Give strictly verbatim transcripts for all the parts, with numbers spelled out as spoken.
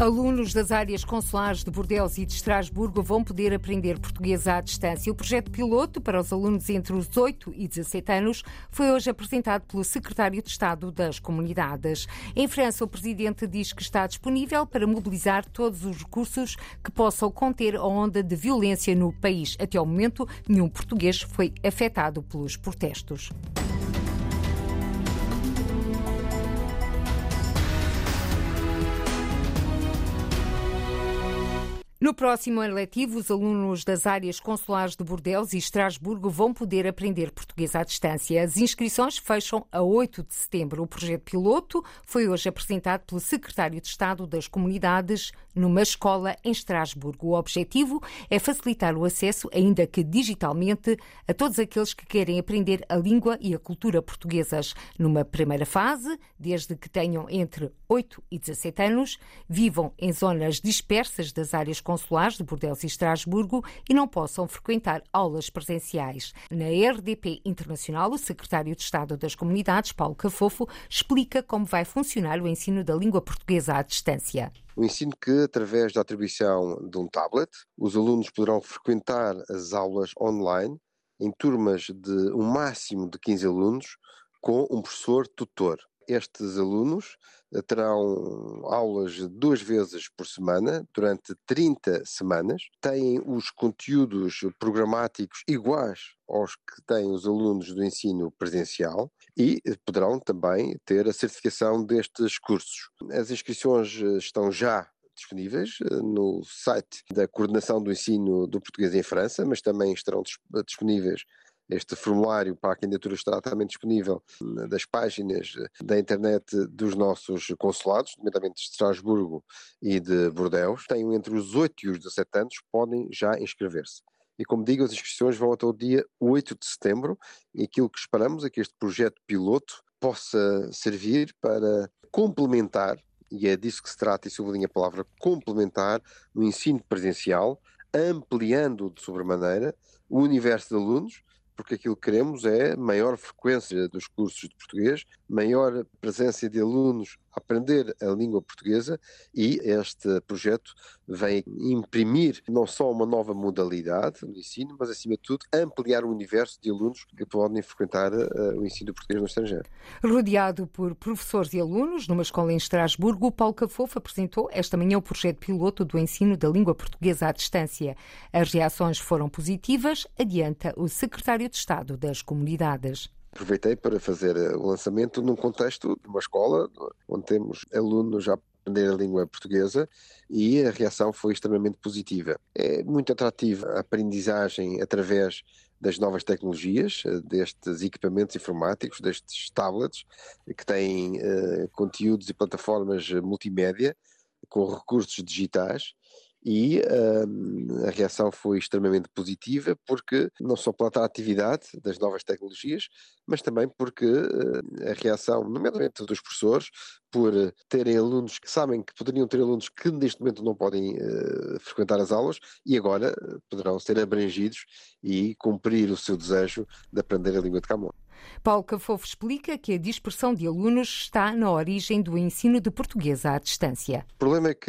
Alunos das áreas consulares de Bordeaux e de Estrasburgo vão poder aprender português à distância. O projeto piloto para os alunos entre os oito e dezassete anos foi hoje apresentado pelo Secretário de Estado das Comunidades. Em França, o Presidente diz que está disponível para mobilizar todos os recursos que possam conter a onda de violência no país. Até ao momento, nenhum português foi afetado pelos protestos. No próximo ano letivo, os alunos das áreas consulares de Bordeaux e Estrasburgo vão poder aprender português à distância. As inscrições fecham a oito de setembro. O projeto piloto foi hoje apresentado pelo Secretário de Estado das Comunidades numa escola em Estrasburgo. O objetivo é facilitar o acesso, ainda que digitalmente, a todos aqueles que querem aprender a língua e a cultura portuguesas. Numa primeira fase, desde que tenham entre oito e dezassete anos, vivam em zonas dispersas das áreas consulares consulares de Bordeaux e Estrasburgo e não possam frequentar aulas presenciais. Na R D P Internacional, o Secretário de Estado das Comunidades, Paulo Cafofo, explica como vai funcionar o ensino da língua portuguesa à distância. O ensino que, através da atribuição de um tablet, os alunos poderão frequentar as aulas online em turmas de um máximo de quinze alunos com um professor tutor. Estes alunos terão aulas duas vezes por semana, durante trinta semanas, têm os conteúdos programáticos iguais aos que têm os alunos do ensino presencial e poderão também ter a certificação destes cursos. As inscrições estão já disponíveis no site da Coordenação do Ensino do Português em França, mas também estarão disponíveis. Este formulário para a candidatura estará também disponível das páginas da internet dos nossos consulados, nomeadamente de Estrasburgo e de Bordeaux. Tenham entre os oito e os dezassete anos, podem já inscrever-se. E como digo, as inscrições vão até o dia oito de setembro e aquilo que esperamos é que este projeto piloto possa servir para complementar, e é disso que se trata e sublinho a palavra complementar, o ensino presencial, ampliando de sobremaneira o universo de alunos, porque aquilo que queremos é maior frequência dos cursos de português, maior presença de alunos a aprender a língua portuguesa e este projeto vem imprimir não só uma nova modalidade no ensino, mas acima de tudo ampliar o universo de alunos que podem frequentar uh, o ensino português no estrangeiro. Rodeado por professores e alunos numa escola em Estrasburgo, o Paulo Cafofo apresentou esta manhã o projeto piloto do ensino da língua portuguesa à distância. As reações foram positivas, adianta o Secretário de Estado das Comunidades. Aproveitei para fazer o lançamento num contexto de uma escola onde temos alunos a aprender a língua portuguesa e a reação foi extremamente positiva. É muito atrativa a aprendizagem através das novas tecnologias, destes equipamentos informáticos, destes tablets que têm uh, conteúdos e plataformas multimédia com recursos digitais. E uh, a reação foi extremamente positiva porque não só pela atratividade das novas tecnologias, mas também porque uh, a reação, nomeadamente dos professores, por uh, terem alunos que sabem que poderiam ter alunos que neste momento não podem uh, frequentar as aulas e agora uh, poderão ser abrangidos e cumprir o seu desejo de aprender a língua de Camões. Paulo Cafofo explica que a dispersão de alunos está na origem do ensino de português à distância. O problema é que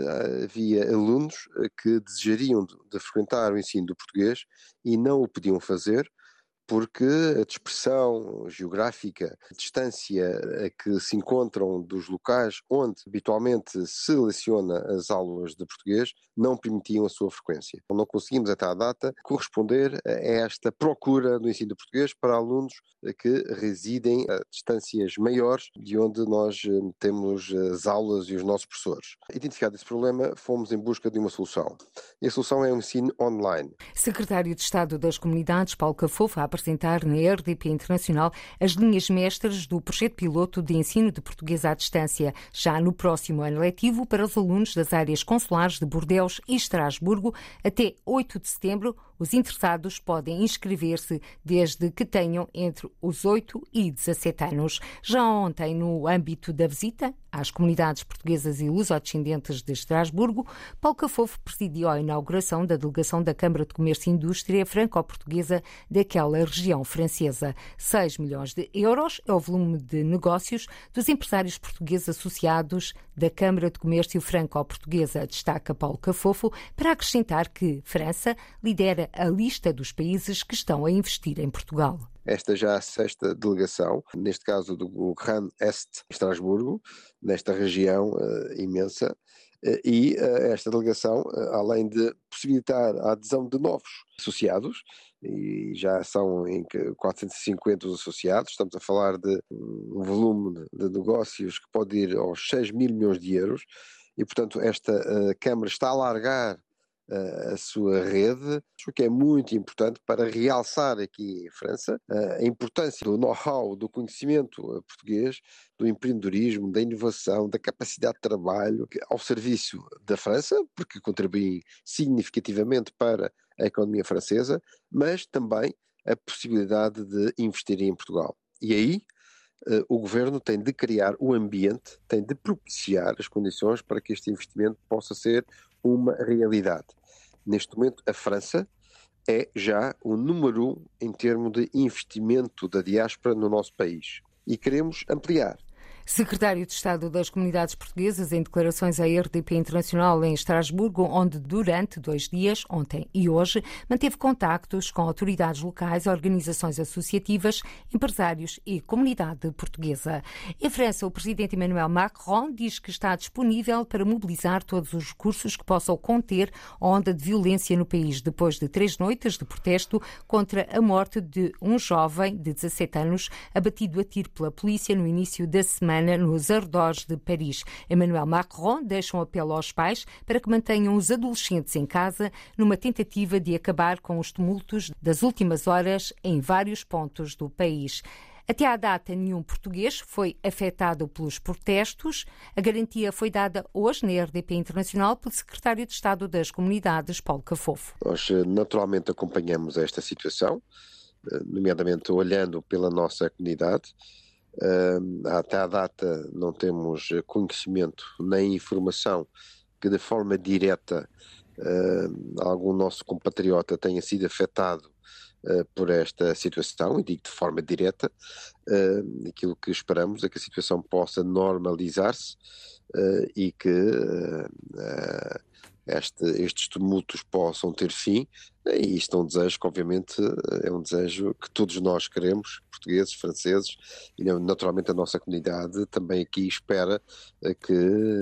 havia alunos que desejariam de frequentar o ensino do português e não o podiam fazer porque a dispersão geográfica, a distância a que se encontram dos locais onde habitualmente se leciona as aulas de português não permitiam a sua frequência. Não conseguimos até à data corresponder a esta procura do ensino de português para alunos que residem a distâncias maiores de onde nós temos as aulas e os nossos professores. Identificado esse problema, fomos em busca de uma solução. E a solução é o ensino online. Secretário de Estado das Comunidades, Paulo Cafofo, a apresentar na R D P Internacional as linhas mestras do projeto piloto de ensino de português à distância, já no próximo ano letivo para os alunos das áreas consulares de Bordeaux e Estrasburgo. Até oito de setembro, Os interessados podem inscrever-se desde que tenham entre os oito e dezassete anos. Já ontem, no âmbito da visita às comunidades portuguesas e lusodescendentes de Estrasburgo, Paulo Cafofo presidiu a inauguração da delegação da Câmara de Comércio e Indústria franco-portuguesa daquela região francesa. seis milhões de euros é o volume de negócios dos empresários portugueses associados da Câmara de Comércio franco-portuguesa, destaca Paulo Cafofo, para acrescentar que França lidera a lista dos países que estão a investir em Portugal. Esta já é a sexta delegação, neste caso do Grand Est, Estrasburgo, nesta região uh, imensa, uh, e uh, esta delegação, uh, além de possibilitar a adesão de novos associados, e já são em quatrocentos e cinquenta os associados, estamos a falar de um volume de negócios que pode ir aos seis mil milhões de euros, e portanto esta uh, Câmara está a alargar a sua rede, o que é muito importante para realçar aqui em França a importância do know-how, do conhecimento português, do empreendedorismo, da inovação, da capacidade de trabalho ao serviço da França, porque contribuem significativamente para a economia francesa, mas também a possibilidade de investir em Portugal. E aí o Governo tem de criar o ambiente, tem de propiciar as condições para que este investimento possa ser uma realidade. Neste momento, a França é já o número um em termos de investimento da diáspora no nosso país e queremos ampliar. Secretário de Estado das Comunidades Portuguesas, em declarações à R D P Internacional em Estrasburgo, onde durante dois dias, ontem e hoje, manteve contactos com autoridades locais, organizações associativas, empresários e comunidade portuguesa. Em França, o presidente Emmanuel Macron diz que está disponível para mobilizar todos os recursos que possam conter a onda de violência no país, depois de três noites de protesto contra a morte de um jovem de dezassete anos abatido a tiro pela polícia no início da semana nos arredores de Paris. Emmanuel Macron deixa um apelo aos pais para que mantenham os adolescentes em casa numa tentativa de acabar com os tumultos das últimas horas em vários pontos do país. Até à data, nenhum português foi afetado pelos protestos. A garantia foi dada hoje na R D P Internacional pelo secretário de Estado das Comunidades, Paulo Cafofo. Nós naturalmente acompanhamos esta situação, nomeadamente olhando pela nossa comunidade. Uh, até à data não temos conhecimento nem informação que de forma direta uh, algum nosso compatriota tenha sido afetado uh, por esta situação, e digo de forma direta. Uh, aquilo que esperamos é que a situação possa normalizar-se uh, e que uh, uh, Este, estes tumultos possam ter fim, e isto é um desejo que obviamente é um desejo que todos nós queremos, portugueses, franceses, e naturalmente a nossa comunidade também aqui espera que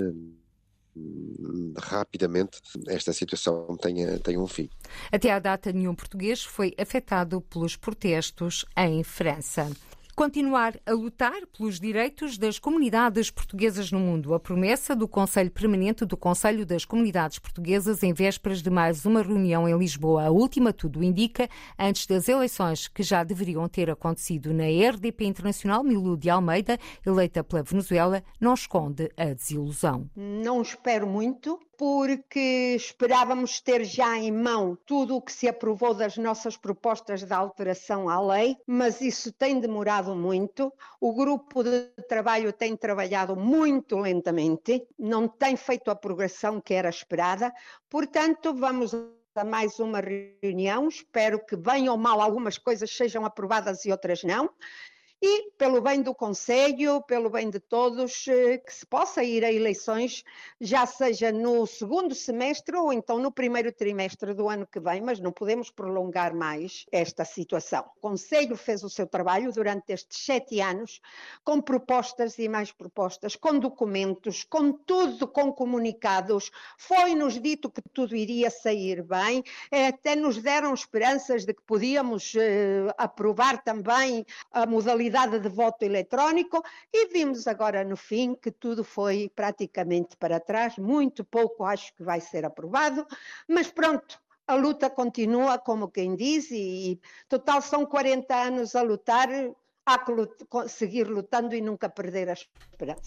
rapidamente esta situação tenha, tenha um fim. Até à data, nenhum português foi afetado pelos protestos em França. Continuar a lutar pelos direitos das comunidades portuguesas no mundo. A promessa do Conselho Permanente do Conselho das Comunidades Portuguesas em vésperas de mais uma reunião em Lisboa. A última, tudo indica, antes das eleições que já deveriam ter acontecido. Na R D P Internacional, Milu de Almeida, eleita pela Venezuela, não esconde a desilusão. Não espero muito, porque esperávamos ter já em mão tudo o que se aprovou das nossas propostas de alteração à lei, mas isso tem demorado muito. O grupo de trabalho tem trabalhado muito lentamente, não tem feito a progressão que era esperada, portanto vamos a mais uma reunião, espero que bem ou mal algumas coisas sejam aprovadas e outras não. E, pelo bem do Conselho, pelo bem de todos, que se possa ir a eleições, já seja no segundo semestre ou então no primeiro trimestre do ano que vem, mas não podemos prolongar mais esta situação. O Conselho fez o seu trabalho durante estes sete anos, com propostas e mais propostas, com documentos, com tudo, com comunicados. Foi-nos dito que tudo iria sair bem, até nos deram esperanças de que podíamos eh, aprovar também a modalidade de voto eletrónico, e vimos agora no fim que tudo foi praticamente para trás, muito pouco acho que vai ser aprovado, mas pronto, a luta continua, como quem diz, e total são quarenta anos a lutar, há que lut- seguir lutando e nunca perder a esperança.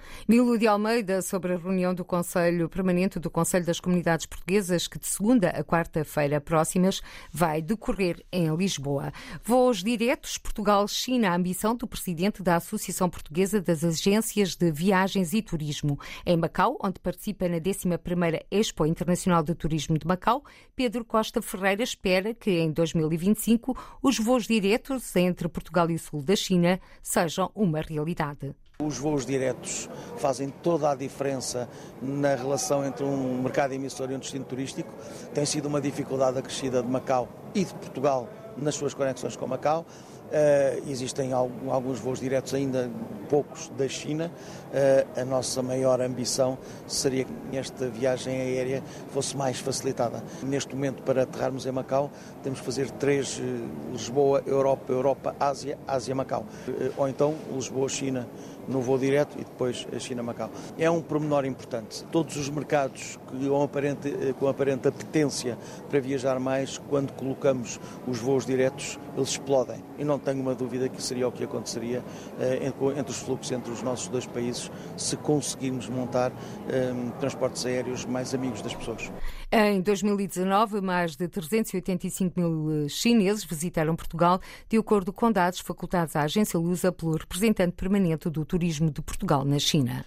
Milo de Almeida, sobre a reunião do Conselho Permanente do Conselho das Comunidades Portuguesas, que de segunda a quarta-feira próximas vai decorrer em Lisboa. Voos diretos Portugal-China, a ambição do presidente da Associação Portuguesa das Agências de Viagens e Turismo. Em Macau, onde participa na décima primeira Expo Internacional de Turismo de Macau, Pedro Costa Ferreira espera que em dois mil e vinte e cinco os voos diretos entre Portugal e o sul da China sejam uma realidade. Os voos diretos fazem toda a diferença na relação entre um mercado emissor e um destino turístico. Tem sido uma dificuldade acrescida de Macau e de Portugal nas suas conexões com Macau. Uh, existem alguns voos diretos, ainda poucos, da China. Uh, a nossa maior ambição seria que esta viagem aérea fosse mais facilitada. Neste momento, para aterrarmos em Macau, temos que fazer três, uh, Lisboa, Europa, Europa, Ásia, Ásia, Macau. Uh, ou então Lisboa, China, no voo direto e depois a China-Macau. É um pormenor importante. Todos os mercados que, com, aparente, com aparente apetência para viajar mais, quando colocamos os voos diretos, eles explodem. E não tenho uma dúvida que seria o que aconteceria uh, entre os fluxos entre os nossos dois países se conseguirmos montar um, transportes aéreos mais amigos das pessoas. Em dois mil e dezanove, mais de trezentos e oitenta e cinco mil chineses visitaram Portugal, de acordo com dados facultados à agência Lusa pelo representante permanente do turismo de Portugal na China.